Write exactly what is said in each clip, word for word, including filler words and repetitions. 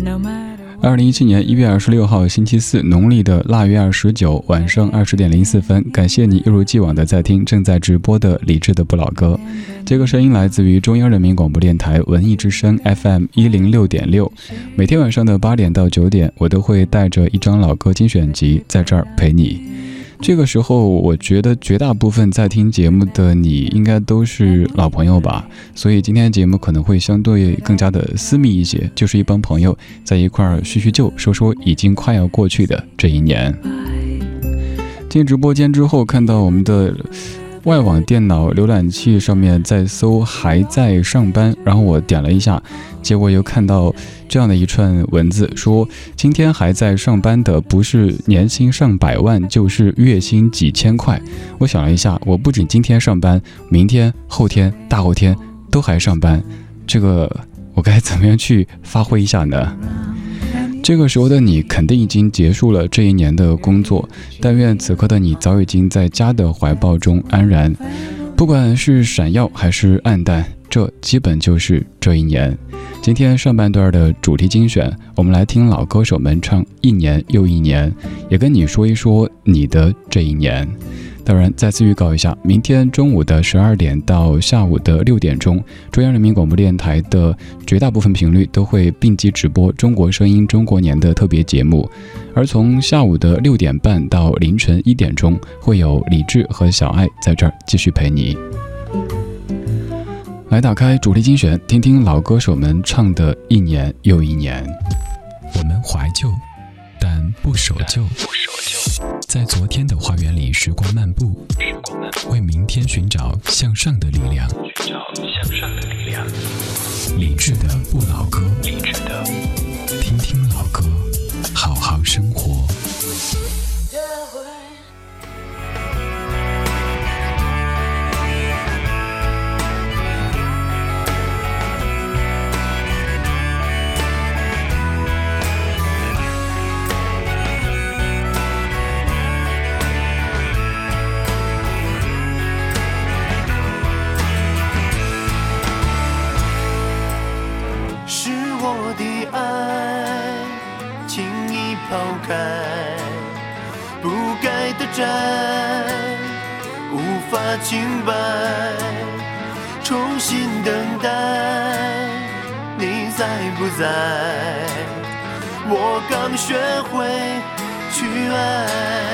二零一七年一月二十六号星期四，农历的腊月二十九晚上二十点零四分，感谢你一如既往的在听正在直播的理智的不老歌。这个声音来自于中央人民广播电台文艺之声 F M 一零六点六，每天晚上的八点到九点，我都会带着一张老歌精选集在这儿陪你。这个时候我觉得绝大部分在听节目的你应该都是老朋友吧，所以今天节目可能会相对更加的私密一些，就是一帮朋友在一块儿叙叙旧，说说已经快要过去的这一年。进直播间之后看到我们的外网电脑浏览器上面在搜还在上班，然后我点了一下，结果又看到这样的一串文字，说今天还在上班的不是年薪上百万，就是月薪几千块。我想了一下，我不仅今天上班，明天后天大后天都还上班，这个我该怎么样去发挥一下呢？这个时候的你肯定已经结束了这一年的工作，但愿此刻的你早已经在家的怀抱中安然。不管是闪耀还是暗淡，这基本就是这一年。今天上半段的主题精选，我们来听老歌手们唱一年又一年，也跟你说一说你的这一年。当然再次预告一下，明天中午的十二点到下午的六点钟，中央人民广播电台的绝大部分频率都会并机直播中国声音中国年的特别节目，而从下午的六点半到凌晨一点钟，会有李志和小爱在这儿继续陪你。来打开主题精选，听听老歌手们唱的一年又一年。 我们怀旧但不守旧，在昨天的花园里时光漫步，为明天寻找向上的力量。理智的不老歌，听听老歌，好好生活。 不该的债无法清白，重新等待你在不在？我刚学会去爱，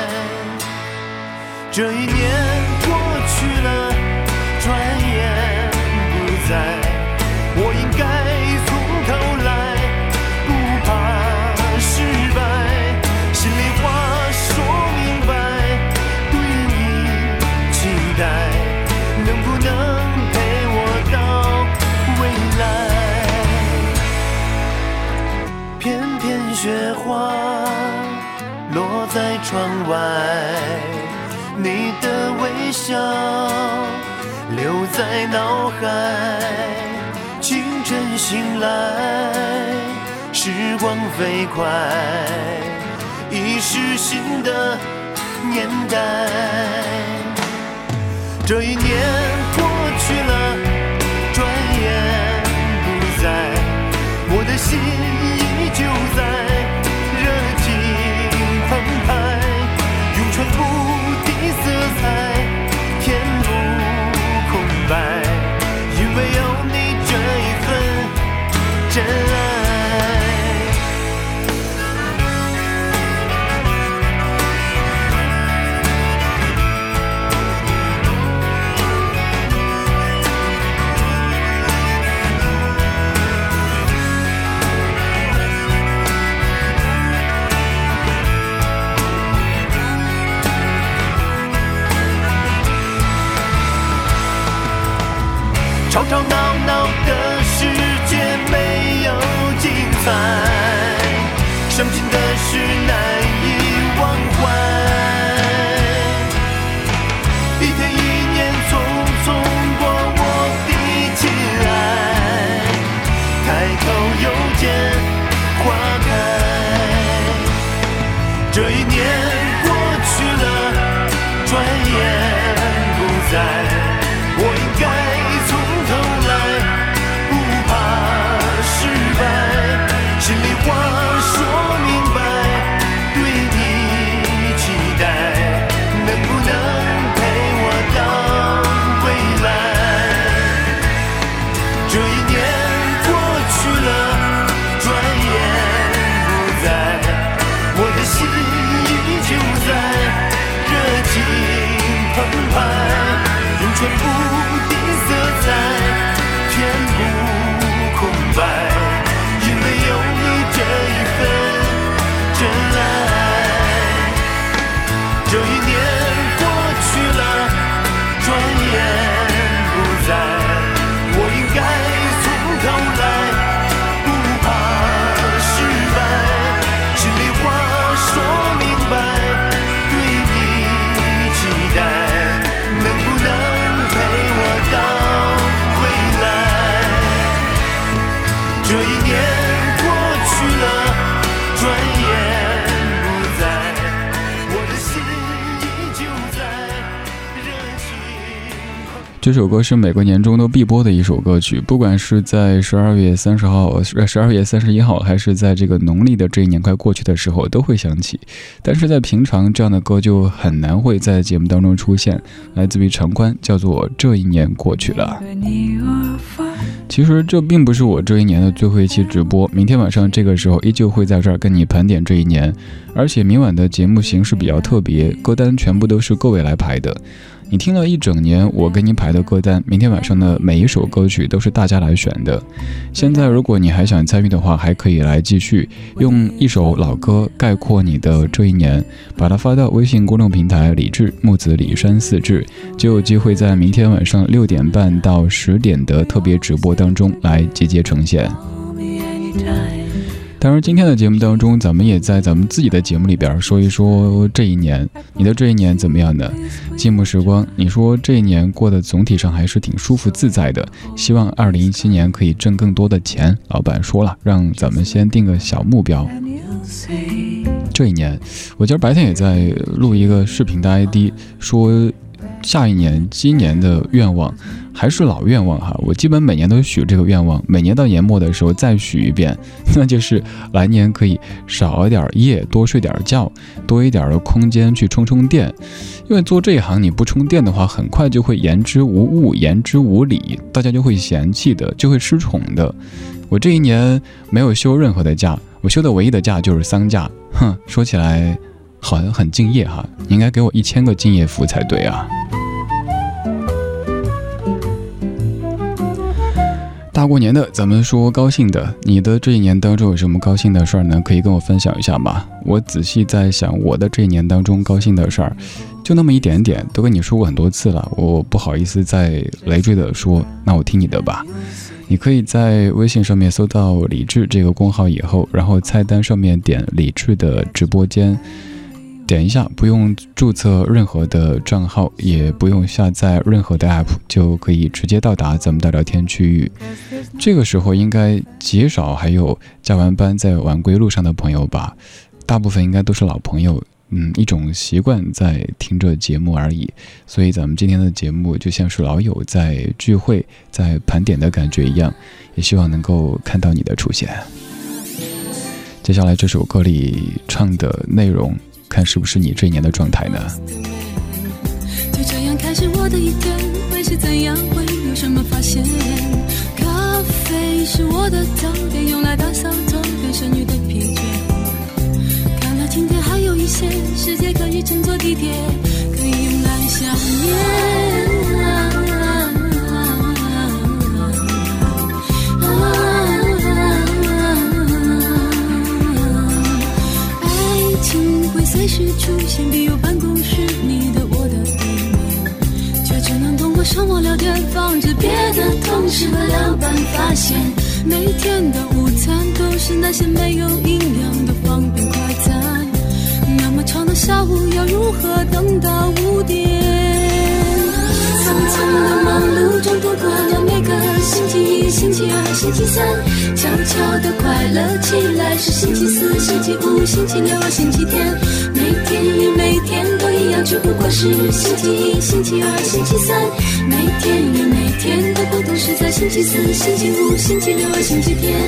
这一年过去了，转眼不在，我应该从头来，不怕失败，心里话说明白，对你期待，能不能陪我到未来？片片雪花落在窗外，你的微笑留在脑海，清晨醒来，时光飞快，已是新的年代。这一年过去了，转眼不在，我的心依旧在，热情澎湃，涌出不敌色彩，填补空白，因为有你这一份真爱。吵吵闹闹的世界没有精彩，伤心的事难以忘怀，一天一年匆匆过我的亲爱，开口又见花开，这一年过去了，转眼不在，我应该心里话这一年过去了，转眼不在，我的心依旧在，热情。 这首歌是每个年中都必播的一首歌曲，不管是在十二月三十号、十二月三十一号，还是在这个农历的这一年快过去的时候，都会响起。但是在平常，这样的歌就很难会在节目当中出现。来自于常宽，叫做《这一年过去了》。其实这并不是我这一年的最后一期直播，明天晚上这个时候依旧会在这儿跟你盘点这一年，而且明晚的节目形式比较特别，歌单全部都是各位来排的。你听了一整年我给你排的歌单，明天晚上的每一首歌曲都是大家来选的。现在如果你还想参与的话，还可以来继续用一首老歌概括你的这一年，把它发到微信公众平台李志木子李山四志，就有机会在明天晚上六点半到十点的特别直播当中来集结呈现。当然今天的节目当中，咱们也在咱们自己的节目里边说一说这一年，你的这一年怎么样呢？寂寞时光，你说这一年过得总体上还是挺舒服自在的，希望二零一七年可以挣更多的钱。老板说了，让咱们先定个小目标。这一年我今儿白天也在录一个视频的 I D， 说下一年今年的愿望还是老愿望哈，我基本每年都许这个愿望，每年到年末的时候再许一遍，那就是来年可以少一点夜，多睡点觉，多一点的空间去充充电。因为做这一行你不充电的话，很快就会言之无物，言之无理，大家就会嫌弃的，就会失宠的。我这一年没有休任何的假，我休的唯一的假就是丧假。哼，说起来好像很敬业哈，你应该给我一千个敬业福才对啊。大过年的，咱们说高兴的，你的这一年当中有什么高兴的事儿呢？可以跟我分享一下吗？我仔细在想，我的这一年当中高兴的事儿，就那么一点点，都跟你说过很多次了，我不好意思再累赘的说，那我听你的吧。你可以在微信上面搜到李志这个公号以后，然后菜单上面点李志的直播间，点一下，不用注册任何的账号，也不用下载任何的 app， 就可以直接到达咱们的聊天区域。这个时候应该极少还有加完班在晚归路上的朋友吧，大部分应该都是老朋友，嗯，一种习惯在听着节目而已。所以咱们今天的节目就像是老友在聚会，在盘点的感觉一样，也希望能够看到你的出现。接下来这首歌里唱的内容，看是不是你这一年的状态呢？ 就这样开始我的一天，会是怎样，会有什么发现？咖啡是我的早点，用来打扫昨天剩余的疲倦。看来今天还有一些世界可以乘坐地铁，可以用来想念。随时出现，比如办公室你的我的对面，却只能通过上网聊天，防止别的同事和老板发现，每天的午餐都是那些没有营养的方便快餐，那么长的下午要如何等到五点？匆匆的忙碌中度过了每个星期一、星期二、星期三，悄悄的快乐起来是星期四、星期五、星期六、星期天，每天与每天都一样，只不过是星期一、星期二、星期三，每天与每天的不同是在星期四、星期五、星期六、星期天。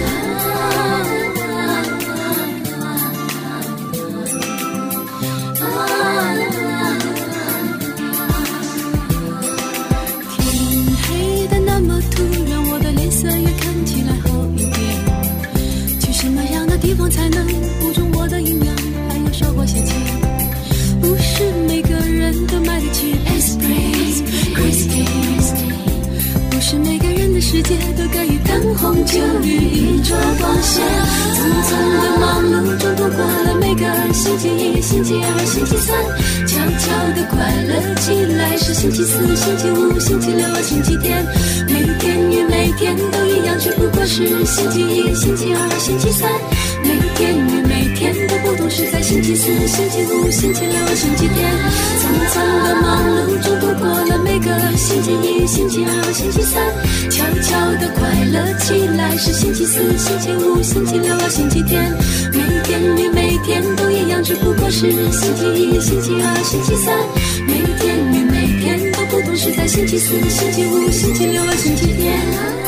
才能补充我的营养，还有少花些钱。不是每个人都买得起 Esprit Christie， 不是每个人的世界都可以灯红酒绿一桌光鲜。匆匆的忙碌中度过了每个星期一、星期二、星期三，悄悄的快乐起来是星期四、星期五、星期六、星期天，每天与每天都一样，只不过是星期一、星期二、星期三，每天与每天都不不同是在星期四、星期五、星期六、星期天，匆匆的忙碌中度过了每个星期一、星期二、星期三，悄悄的快乐起来是星期四、星期五、星期六、星期天，每天与每天都一样，只不过是星期一、星期二、星期三，每天与每天都不同是在星期四、星期五、星期六、星期天。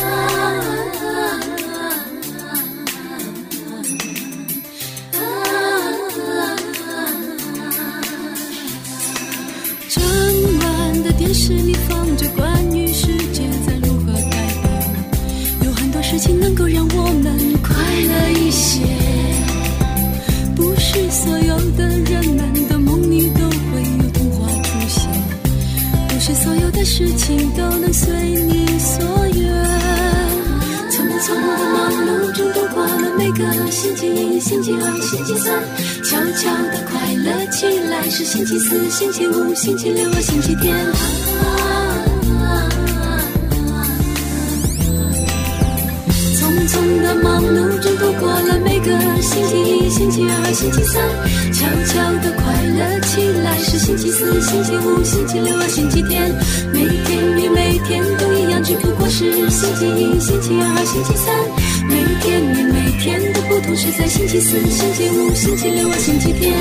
电视里放着关于世界在如何改变，有很多事情能够让我们快乐一些，不是所有的人们的梦里都会有童话出现，不是所有的事情都能随你所愿，匆匆的忙碌中度过了每个星期一、星期二、星期三，悄悄的快乐起来是星期四、星期五、星期六、星期天。匆匆的忙碌中度过了每个星期一、星期二、星期三，悄悄的快乐起来是星期四、星期五、星期六、星期天，每天与每天都一样，只不过是星期一、星期二、星期三，每天与每天都不同是在星期四、星期五、星期六、星期天。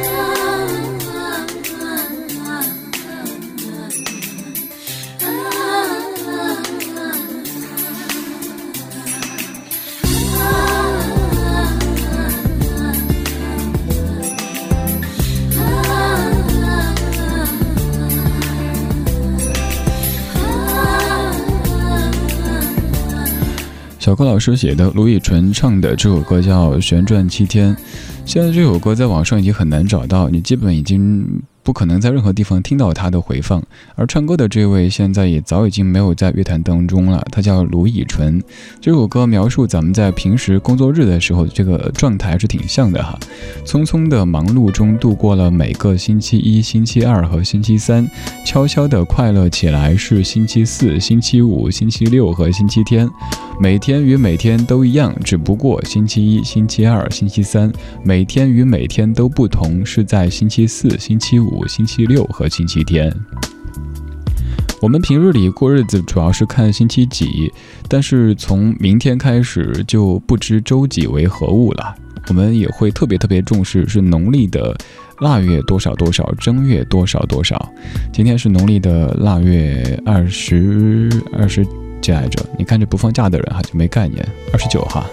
小柯老师写的，卢以纯唱的这首歌叫《旋转七天》。现在这首歌在网上已经很难找到，你基本已经不可能在任何地方听到它的回放。而唱歌的这位现在也早已经没有在乐坛当中了，他叫卢以纯。这首歌描述咱们在平时工作日的时候这个状态是挺像的哈，匆匆的忙碌中度过了每个星期一、星期二和星期三，悄悄的快乐起来是星期四、星期五、星期六和星期天，每天与每天都一样，只不过星期一、星期二、星期三，每天与每天都不同是在星期四、星期五、星期六和星期天。我们平日里过日子主要是看星期几，但是从明天开始就不知周几为何物了。我们也会特别特别重视是农历的腊月多少多少，正月多少多少。今天是农历的腊月二十二十几来着，你看这不放假的人哈就没概念，二十九哈。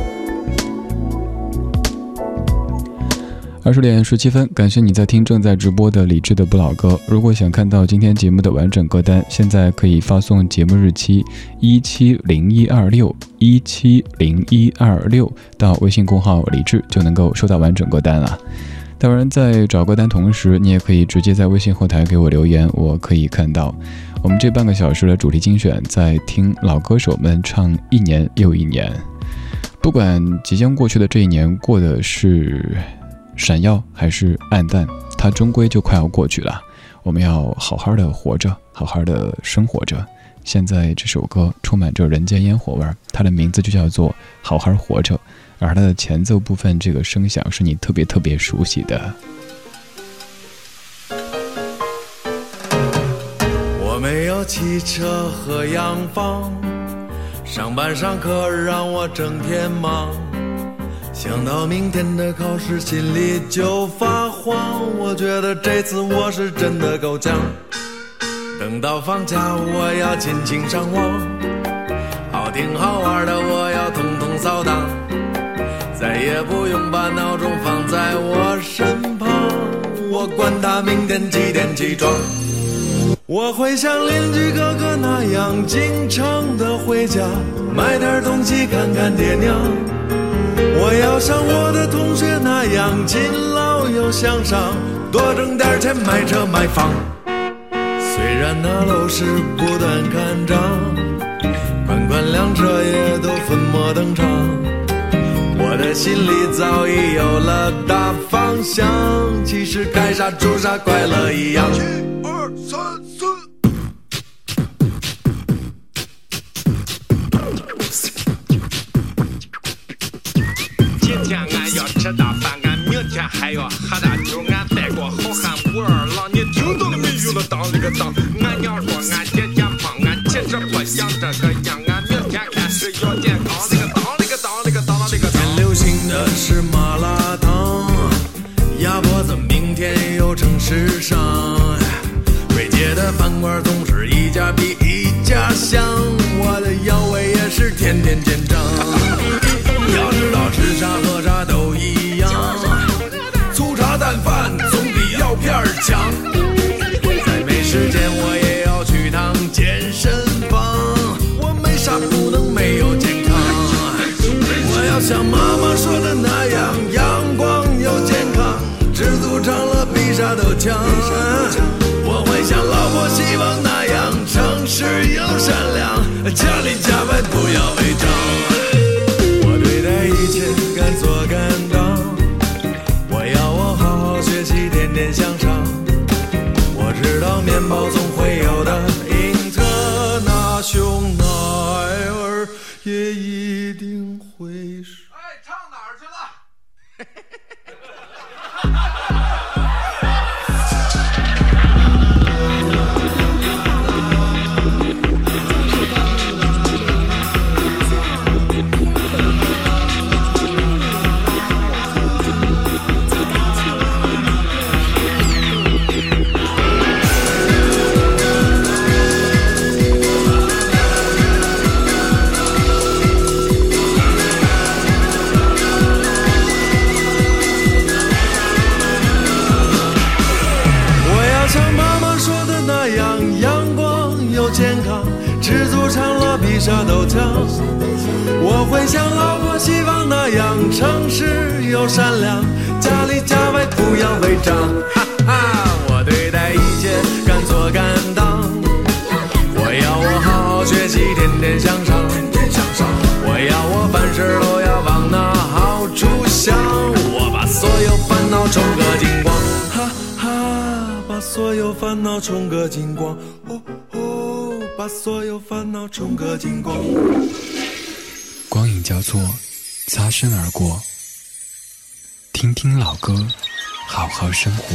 二十点十七分，感谢你在听正在直播的理智的不老歌。如果想看到今天节目的完整歌单，现在可以发送节目日期一七零一二六一七零一二六到微信公号理智，就能够收到完整歌单了。当然在找歌单同时，你也可以直接在微信后台给我留言，我可以看到。我们这半个小时的主题精选，在听老歌手们唱一年又一年。不管即将过去的这一年过的是闪耀还是暗淡，它终归就快要过去了。我们要好好的活着，好好的生活着。现在这首歌充满着人间烟火味，它的名字就叫做好好活着，而它的前奏部分这个声响是你特别特别熟悉的。 我没有汽车和洋房，上班上课让我整天忙，想到明天的考试心里就发慌，我觉得这次我是真的够呛。等到放假我要尽情上网，好听好玩的我要统统扫荡，再也不用把闹钟放在我身旁，我管他明天几点起床。我会像邻居哥哥那样经常的回家，买点东西看看爹娘，我要像我的同学那样勤劳又向上，多挣点钱买车买房。虽然那楼市不断看涨，款款辆车也都粉墨登场，我的心里早已有了大方向，其实该啥住啥快乐一样。一二三四，今天俺要吃大饭，俺明天还要喝点酒，俺带过好汉武二郎，你听到了没有了？当了个当，俺娘说俺姐姐胖，俺其实不想这个样，俺明天开始要健康。那个当那个当那个当那个当。 流行的是麻辣烫，鸭脖子明天又成时尚。瑞姐的饭馆总是一家比一家香，我的腰围也是天天见长。要知道吃啥喝啥都一样，粗茶淡饭总比药片强。在没时间我也要去趟健身房，我没啥不能没有健康。我要像妈妈说的那样，阳光又健康，知足常乐比啥都强。我会像老婆希望那样，诚实又善良，家里家外不要违章。我对待一切敢做敢当，我要我好好学习，天天向上。我知道面包总会有的，英特那熊奈儿也一定会是。哎，唱哪儿去了？知足常乐比啥都强，我会像老婆希望那样，诚实又善良，家里家外不要违章。哈哈，我对待一切敢做敢当，我要我好好学习，天天向上。我要我凡事都要往那好处想，我把所有烦恼冲个精光。哈哈，把所有烦恼冲个精光。哦哦，把所有烦恼冲个精光。 光影交错，擦身而过，听听老歌，好好生活。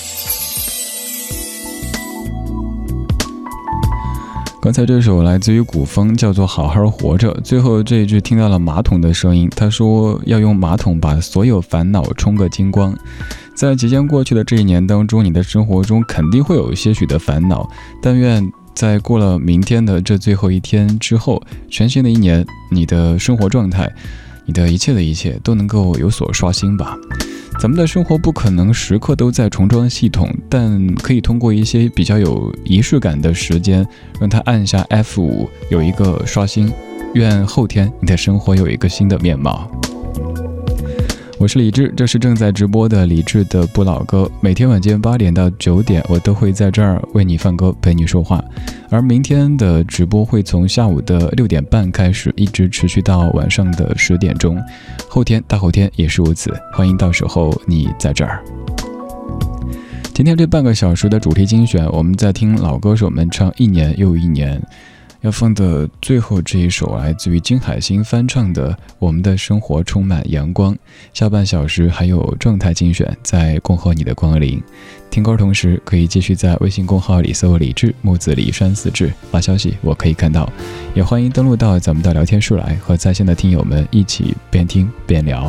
刚才这首来自于古风，叫做《好好活着》，最后这一句听到了马桶的声音，他说要用马桶把所有烦恼冲个精光。在即将过去的这一年当中，你的生活中肯定会有些许的烦恼，但愿在过了明天的这最后一天之后，全新的一年，你的生活状态，你的一切的一切都能够有所刷新吧。咱们的生活不可能时刻都在重装系统，但可以通过一些比较有仪式感的时间，让它按下 F 五， 有一个刷新。愿后天你的生活有一个新的面貌。我是李志，这是正在直播的李志的不老歌。每天晚间八点到九点，我都会在这儿为你放歌，陪你说话。而明天的直播会从下午的六点半开始，一直持续到晚上的十点钟。后天、大后天也是如此，欢迎到时候你在这儿。今天这半个小时的主题精选，我们在听老歌手们唱一年又一年。要放的最后这一首来自于金海心翻唱的《我们的生活充满阳光》，下半小时还有状态精选在恭贺你的光临。听歌同时可以继续在微信公号里搜李志，木子李山四志，发消息我可以看到，也欢迎登录到咱们的聊天室来和在线的听友们一起边听边聊。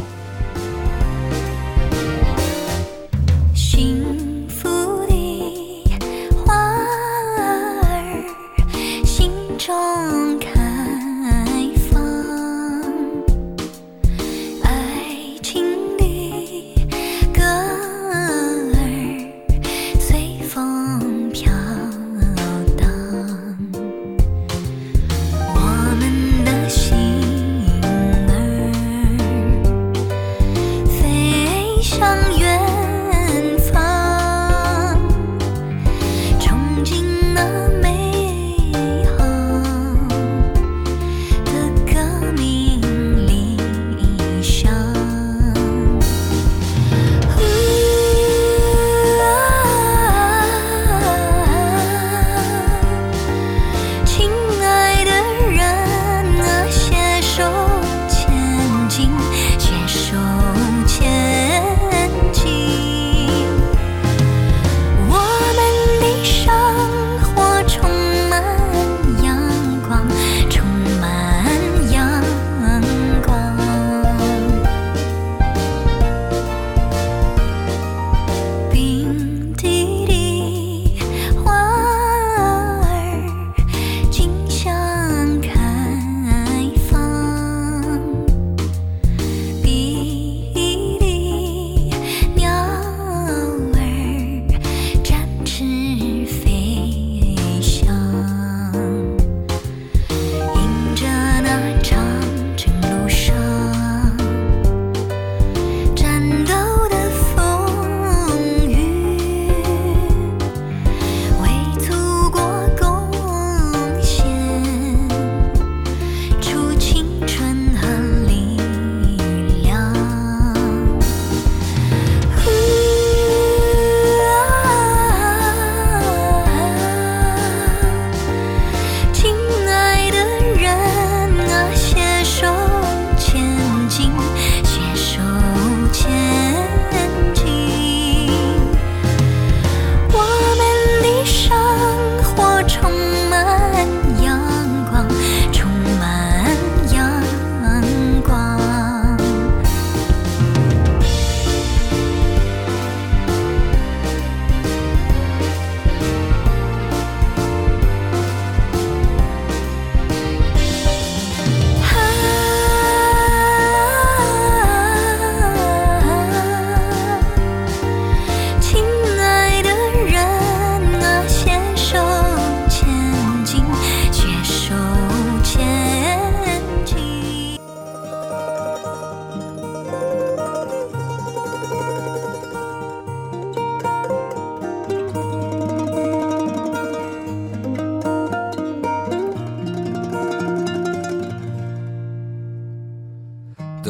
我们的心儿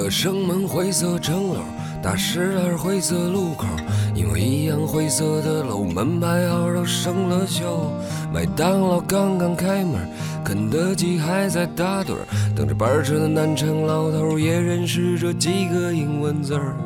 个生门灰色城楼，大十二灰色路口，因为一样灰色的楼，门牌号都生了锈。麦当劳刚刚开门，肯德基还在打盹，等着班车的南城老头也认识这几个英文字儿。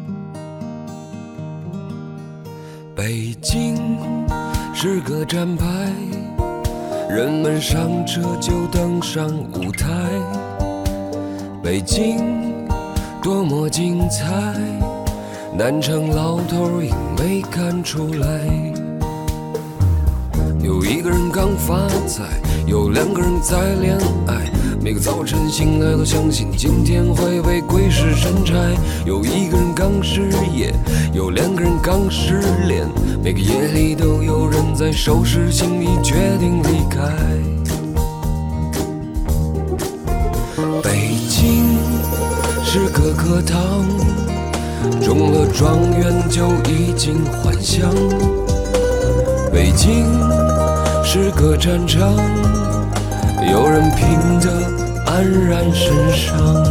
北京是个站牌，人们上车就登上舞台。北京多么精彩，南城老头应没看出来。有一个人刚发财，有两个人在恋爱，每个早晨醒来都相信今天会被鬼使神差。有一个人刚失业，有两个人刚失恋，每个夜里都有人在收拾行李决定离开。北京是个课堂，中了状元就已经还乡。北京是个战场，有人拼得黯然神伤。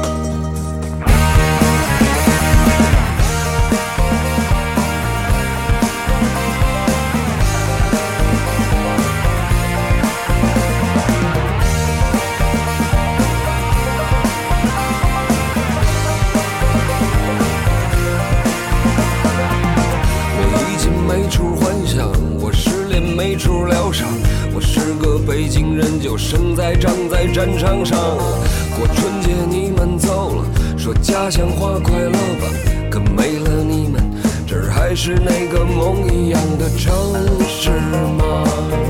我是个北京人，就生在长在战场上。过春节你们走了，说家乡话快乐吧，可没了你们，这儿还是那个梦一样的城市吗？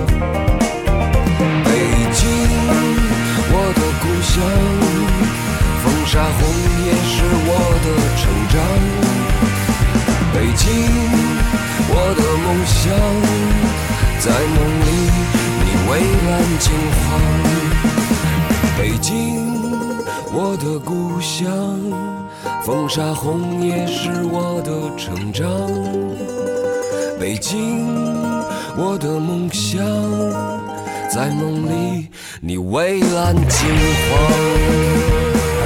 北京，我的故乡，风沙红也是我的成长。北京，我的梦想，在梦里你蔚蓝金黄。北京，我的故乡，风沙红也是我的成长。北京，我的梦想，在梦里你蔚蓝金黄。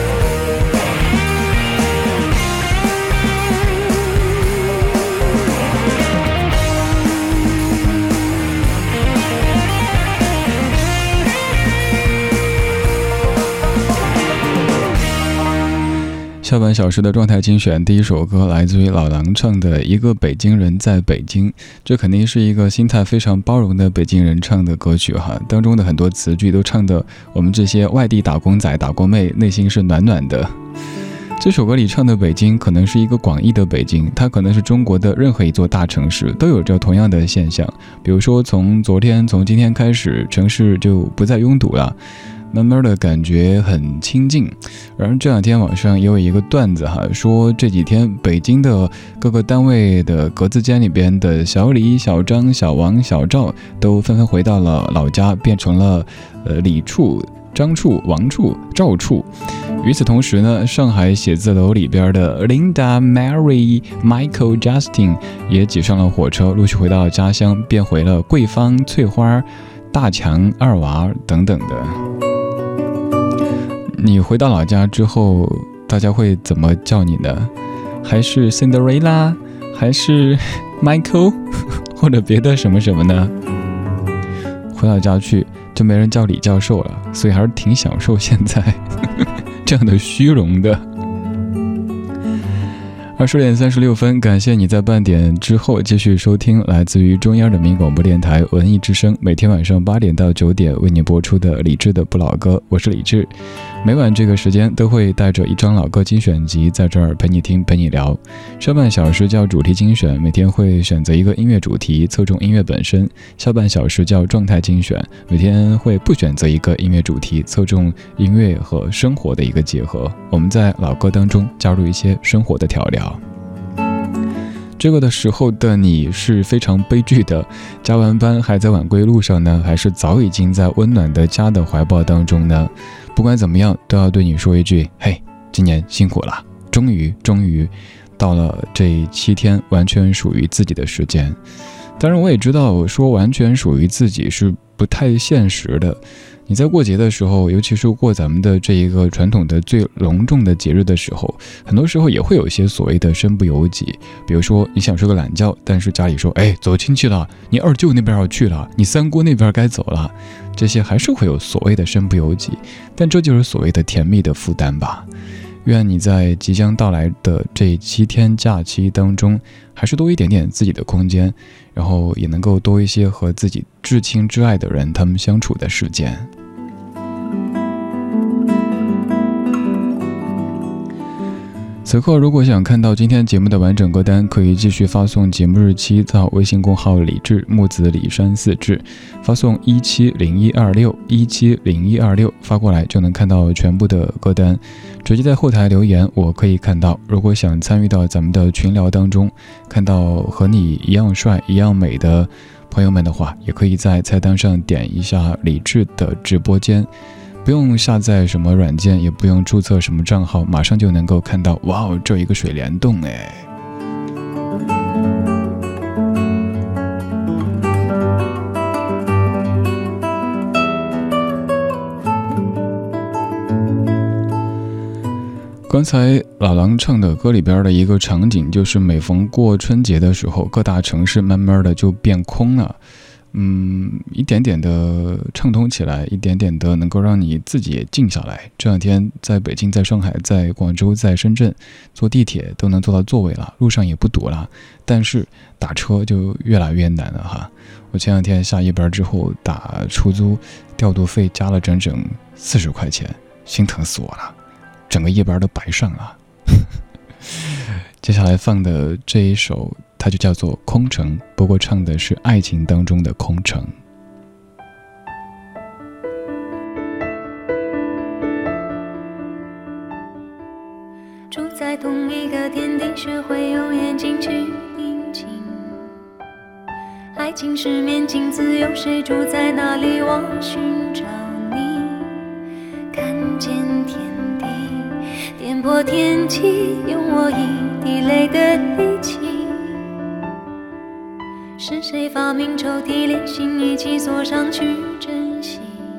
下半小时的状态精选，第一首歌来自于老狼唱的《一个北京人在北京》，这肯定是一个心态非常包容的北京人唱的歌曲哈，当中的很多词句都唱的我们这些外地打工仔打工妹内心是暖暖的。这首歌里唱的北京可能是一个广义的北京，它可能是中国的任何一座大城市都有着同样的现象，比如说从昨天从今天开始，城市就不再拥堵了，慢慢的感觉很清静。然后这两天网上也有一个段子哈，说这几天北京的各个单位的格子间里边的小李、小张、小王、小赵都纷纷回到了老家，变成了呃李处、张处、王处、赵处。与此同时呢，上海写字楼里边的 Linda、Mary、Michael、Justin 也挤上了火车，陆续回到家乡，变回了桂芳、翠花、大强、二娃等等的。你回到老家之后，大家会怎么叫你呢？还是 Cinderella， 还是 Michael， 或者别的什么什么呢？回到家去就没人叫李教授了，所以还是挺享受现在这样的虚荣的。二十点三十六分，感谢你在半点之后继续收听来自于中央人民广播电台文艺之声，每天晚上八点到九点为你播出的李志的不老歌，我是李志。每晚这个时间都会带着一张老歌精选集在这儿陪你听陪你聊。上半小时叫主题精选，每天会选择一个音乐主题，侧重音乐本身。下半小时叫状态精选，每天会不选择一个音乐主题，侧重音乐和生活的一个结合。我们在老歌当中加入一些生活的调料。这个的时候的你是非常悲剧的，加完班还在晚归路上呢，还是早已经在温暖的家的怀抱当中呢？不管怎么样，都要对你说一句，嘿，今年辛苦了，终于终于到了这七天完全属于自己的时间。 当然我也知道说完全属于自己是不太现实的。你在过节的时候，尤其是过咱们的这一个传统的最隆重的节日的时候，很多时候也会有一些所谓的身不由己。比如说你想睡个懒觉，但是家里说，哎，走亲戚了，你二舅那边要去了，你三姑那边该走了，这些还是会有所谓的身不由己，但这就是所谓的甜蜜的负担吧。愿你在即将到来的这七天假期当中，还是多一点点自己的空间，然后也能够多一些和自己至亲至爱的人他们相处的时间。此刻如果想看到今天节目的完整歌单，可以继续发送节目日期到微信公号李志木子李山四志，发送一七零一二六一七零一二六发过来就能看到全部的歌单。直接在后台留言我可以看到。如果想参与到咱们的群聊当中，看到和你一样帅一样美的朋友们的话，也可以在菜单上点一下李志的直播间，不用下载什么软件，也不用注册什么账号，马上就能够看到，哇哦，这一个水帘洞哎。刚才老狼唱的歌里边的一个场景，就是每逢过春节的时候，各大城市慢慢的就变空了。嗯，一点点的畅通起来，一点点的能够让你自己也静下来。这两天在北京、在上海、在广州、在深圳，坐地铁都能坐到座位了，路上也不堵了，但是打车就越来越难了哈。我前两天下夜班之后打出租，调度费加了整整四十块钱，心疼死我了，整个夜班都白上了。接下来放的这一首，它就叫做空城，不过唱的是爱情当中的空城。 住在同一个天地，学会用眼睛去宁静。爱情是面镜子，有谁住在哪里？我寻找你，看见天地，颠簸天气，用我一滴泪的力气。是谁发明抽屉，连心一起锁上去珍惜？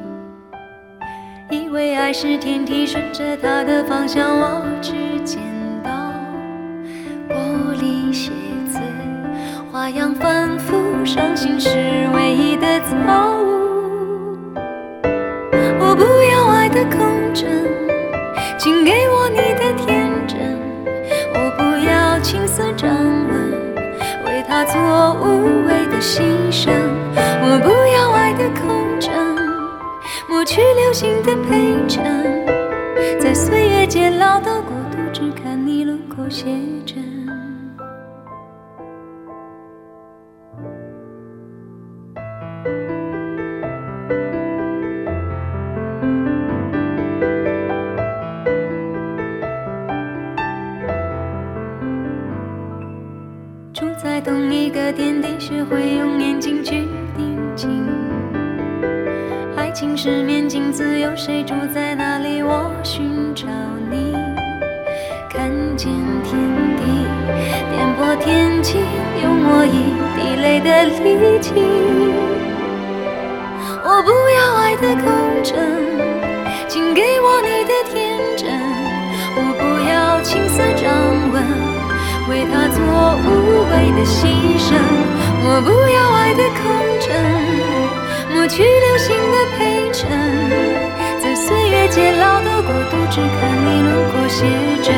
以为爱是天梯，顺着它的方向，我只见到玻璃鞋子，花样繁复，伤心是唯一的错误。我不要爱的空城，请给我你的天真。我不要青涩掌纹，为他做无谓的牺牲。我不要爱的空城，抹去流星的陪衬，在岁月渐老的国度，只看你轮廓写真。住在同一个天地，学会用眼睛去宁静。爱情是面镜子，有谁住在哪里？我寻找你，看见天地，颠簸天气，用我一滴泪的力气。我不要爱的空城，请给我你的天真。我不要青涩掌纹，为他做无谓的牺牲。我不要爱的空城，抹去流星的陪衬，在岁月渐老的国度，只看你轮廓写真。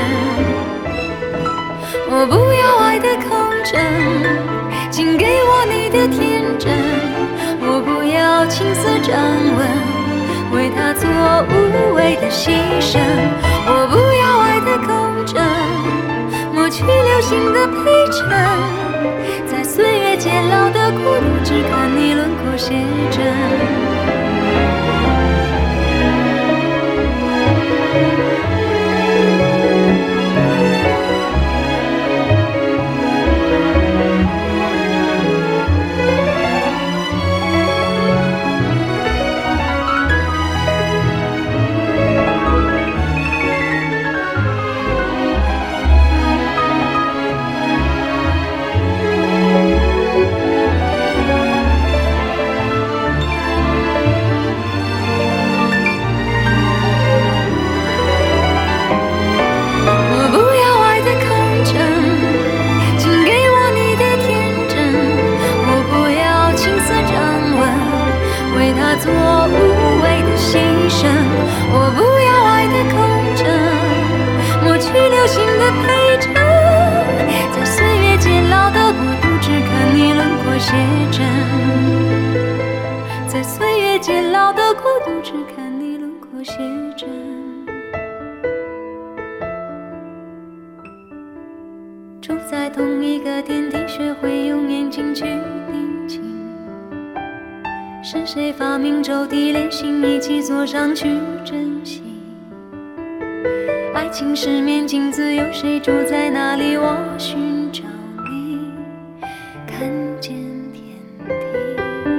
我不要爱的空城，请给我你的天真。我不要青涩掌纹，为他做无谓的牺牲。我不要爱的空城，抹去流星的陪衬，在岁月渐老的孤独，只看你轮廓写真。 心的陪着，在岁月渐老的国度，只看你轮廓写真。在岁月渐老的国度，只看你轮廓写真。住在同一个天地，学会用眼睛去定睛。是谁发明周地连心，一起坐上去珍惜？爱情是面镜子，有谁住在哪里？我寻找你，看见天地。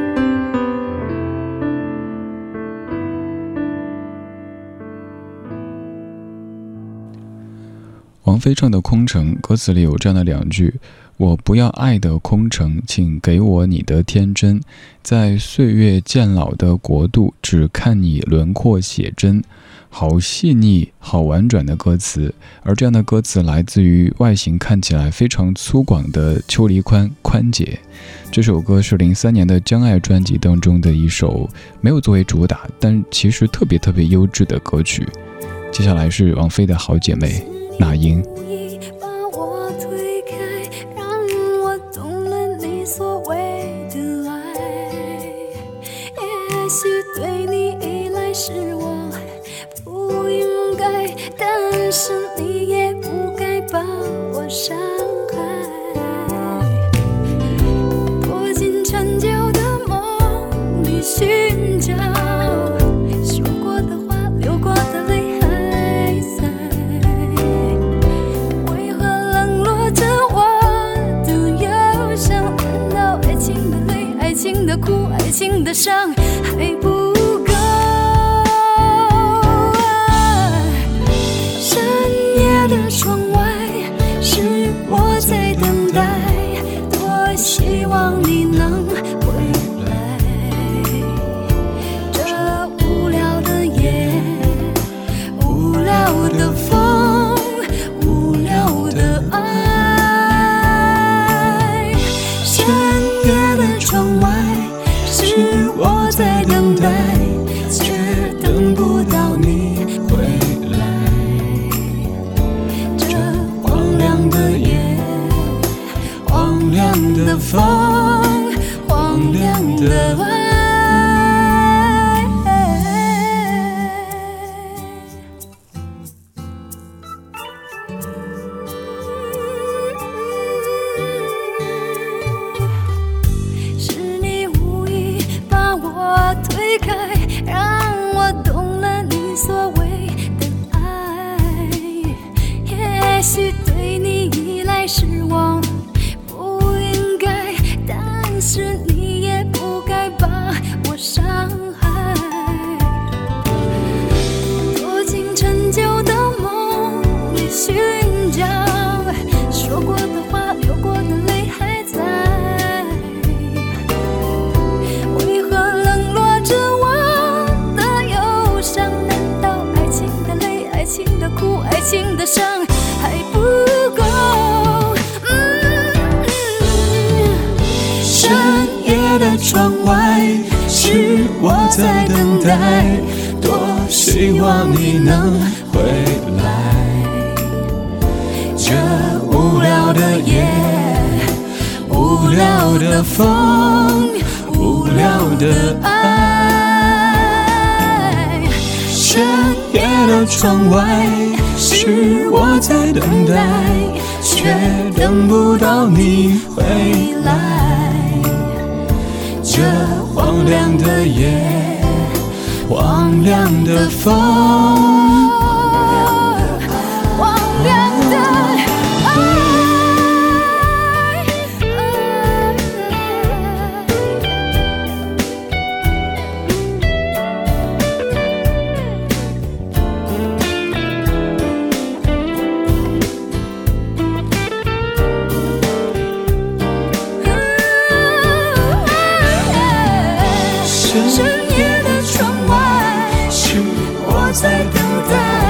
王菲唱的《空城》歌词里有这样的两句：我不要爱的空城，请给我你的天真，在岁月渐老的国度，只看你轮廓写真。好细腻好婉转的歌词，而这样的歌词来自于外形看起来非常粗犷的邱黎宽宽姐。这首歌是零三年的《将爱》专辑当中的一首没有作为主打，但其实特别特别优质的歌曲。接下来是王菲的好姐妹那英。 把我推开，让我懂了你所谓的爱。也许对你依赖是我不应该，但是你也不该把我伤害。躲进陈旧的梦里寻找，说过的话流过的泪还在，为何冷落着我的忧伤？难道爱情的泪，爱情的苦，爱情的伤还不够？深夜的窗外是我在等待，多希望你能回来。这无聊的夜，无聊的风，无聊的爱。深夜的窗外是我在等待，却等不到你回来。这荒凉的夜，荒凉的风，荒凉的爱。是你无意把我推开，让我懂了你所谓的爱。也许对你依赖是我不应该，但是你也不该把我伤害。躲进陈旧的梦里寻找，说过的话流过的泪还在，为何冷落着我的忧伤？难道爱情的泪，爱情的苦，爱情的伤还不够？深夜的窗外是我在等待，多希望你能回来。这无聊的夜，无聊的风，无聊的爱。深夜的窗外是我在等待，却等不到你回来。这荒凉的夜，荒凉的风，荒凉的爱。深夜的窗外是我在等待，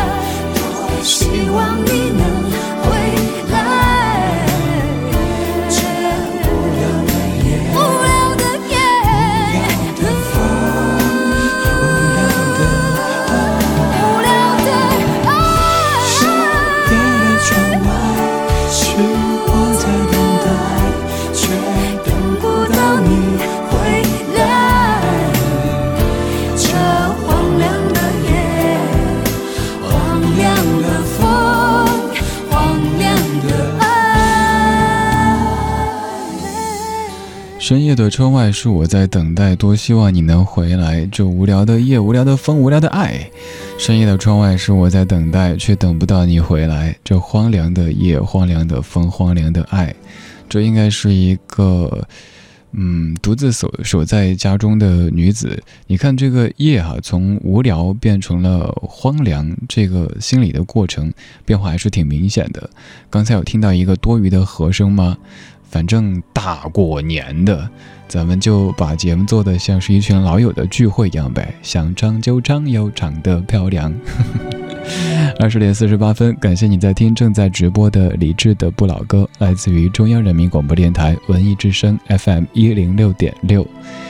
深夜的窗外是我在等待，多希望你能回来。这无聊的夜，无聊的风，无聊的爱。深夜的窗外是我在等待，却等不到你回来。这荒凉的夜，荒凉的风，荒凉的爱。这应该是一个嗯，独自守守在家中的女子。你看这个夜哈、啊，从无聊变成了荒凉，这个心理的过程变化还是挺明显的。刚才有听到一个多余的和声吗？反正大过年的，咱们就把节目做得像是一群老友的聚会一样呗，想唱就唱，又唱得漂亮。二十点四十八分，感谢你在听正在直播的李志的不老歌，来自于中央人民广播电台文艺之声 F M 一零六点六。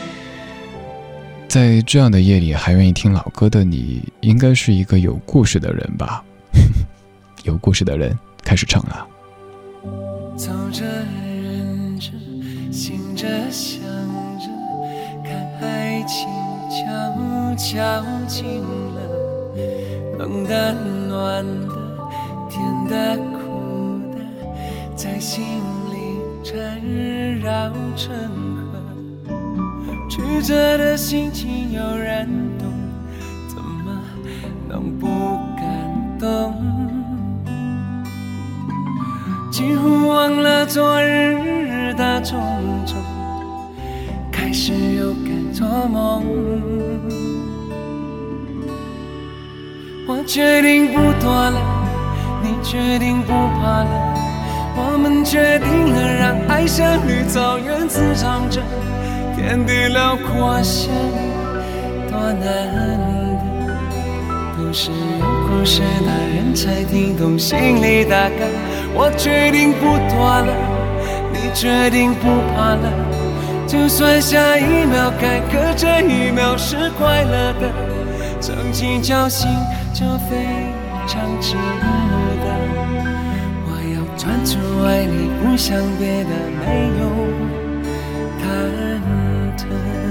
在这样的夜里还愿意听老歌的你，应该是一个有故事的人吧？有故事的人开始唱了。 走着忍着醒着想着，看爱情悄悄近了，冷的暖的甜的苦的，在心里缠绕成河，曲折的心情有人懂，怎么能不感动？几乎忘了昨日的种种，开始又敢做梦。我决定不躲了，你决定不怕了，我们决定了让爱像绿草原滋长着，天地辽阔相遇多难得，都是有故事的人才听懂心里大概。我决定不躲了，你决定不怕了，就算下一秒该隔这一秒是快乐的，曾经侥幸就非常值得。我要专注爱你，不想别的，没有忐忑。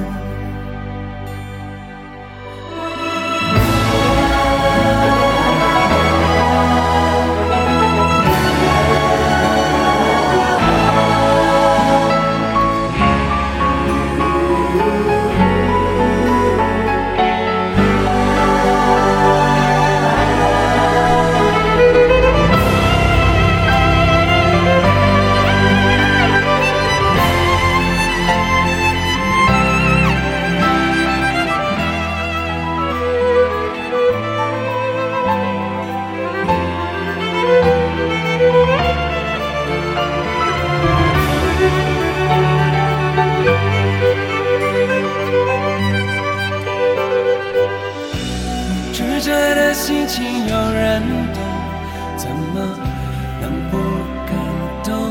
心情有人懂，怎么能不感动？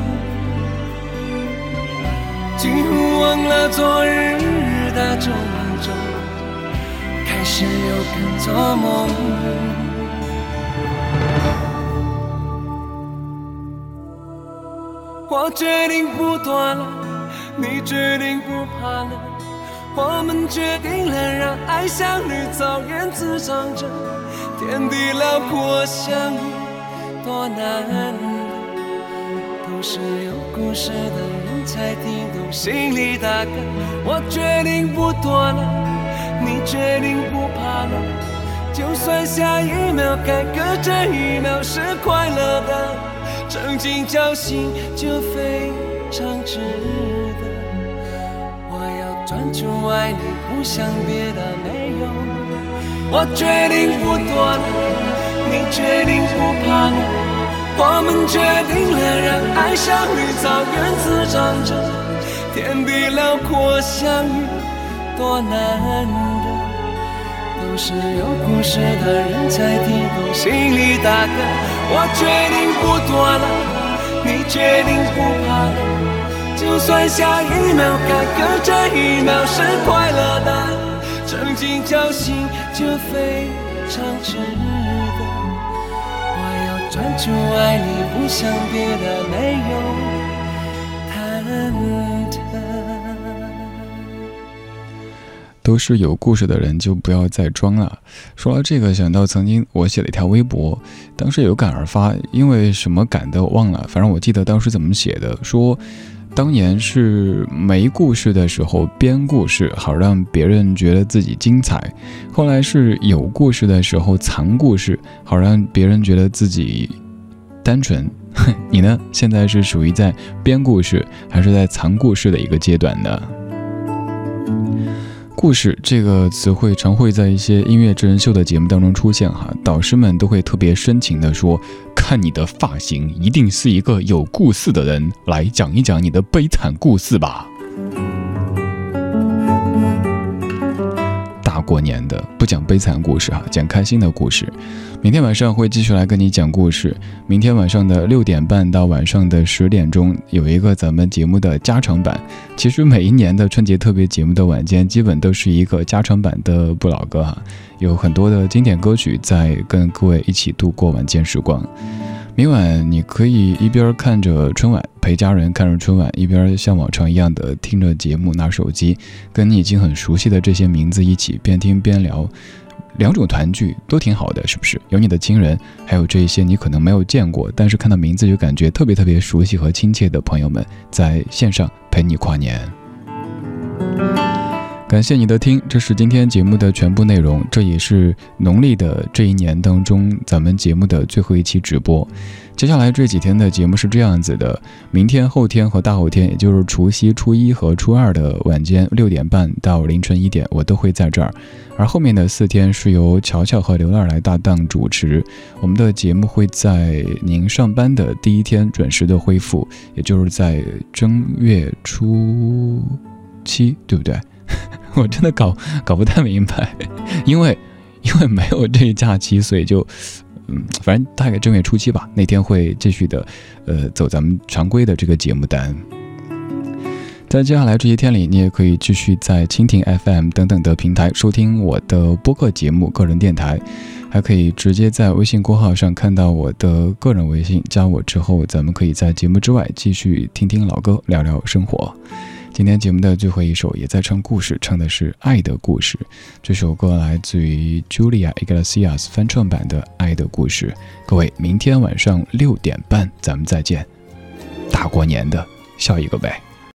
几乎忘了昨日的种种，开始又敢做梦。我决定不躲了，你决定不怕了，我们决定了让爱像绿草原滋长着，天地辽阔相遇多难得，都是有故事的人才听懂心里大概。我决定不躲了，你决定不怕了，就算下一秒该隔这一秒是快乐的，曾经侥幸就非常值得。我要专注爱你，不想别的，没有。我决定不躲了，你决定不怕了，我们决定了让爱像绿草原滋长着，天地辽阔相遇多难得，都是有故事的人才听懂心里大概。我决定不躲了，你决定不怕了，就算下一秒该隔这一秒是快乐的，曾经侥幸就非常值得。我要专注爱你，不想别的，没有忐忑。 都是有故事的人，就不要再装了。说到这个，想到曾经我写了一条微博，当时有感而发，因为什么感的忘了，反正我记得当时怎么写的，说当年是没故事的时候编故事，好让别人觉得自己精彩；后来是有故事的时候藏故事，好让别人觉得自己单纯。你呢？现在是属于在编故事还是在藏故事的一个阶段呢？故事这个词汇常会在一些音乐真人秀的节目当中出现哈，导师们都会特别深情地说，看你的发型一定是一个有故事的人，来讲一讲你的悲惨故事吧。大过年的不讲悲惨故事哈，讲开心的故事。明天晚上会继续来跟你讲故事。明天晚上的六点半到晚上的十点钟有一个咱们节目的加长版。其实每一年的春节特别节目的晚间基本都是一个加长版的不老歌哈，有很多的经典歌曲在跟各位一起度过晚间时光。明晚你可以一边看着春晚，陪家人看着春晚，一边像往常一样的听着节目，拿手机跟你已经很熟悉的这些名字一起边听边聊。两种团聚都挺好的，是不是？有你的亲人，还有这一些你可能没有见过，但是看到名字就感觉特别特别熟悉和亲切的朋友们，在线上陪你跨年。感谢你的听，这是今天节目的全部内容，这也是农历的这一年当中咱们节目的最后一期直播。接下来这几天的节目是这样子的，明天、后天和大后天，也就是除夕、初一和初二的晚间六点半到凌晨一点，我都会在这儿。而后面的四天是由乔乔和刘乐来搭档主持，我们的节目会在您上班的第一天准时的恢复，也就是在正月初七，对不对？我真的搞搞不太明白，因为因为没有这一假期，所以就嗯，反正大概正月初七吧，那天会继续的呃走咱们常规的这个节目单。在接下来这些天里，你也可以继续在蜻蜓 F M 等等的平台收听我的播客节目、个人电台，还可以直接在微信公号上看到我的个人微信，加我之后，咱们可以在节目之外继续听听老歌，聊聊生活。今天节目的最后一首也在唱故事，唱的是《爱的故事》。这首歌来自于 Julia Iglesias 翻唱版的《爱的故事》。各位，明天晚上六点半咱们再见，大过年的笑一个呗。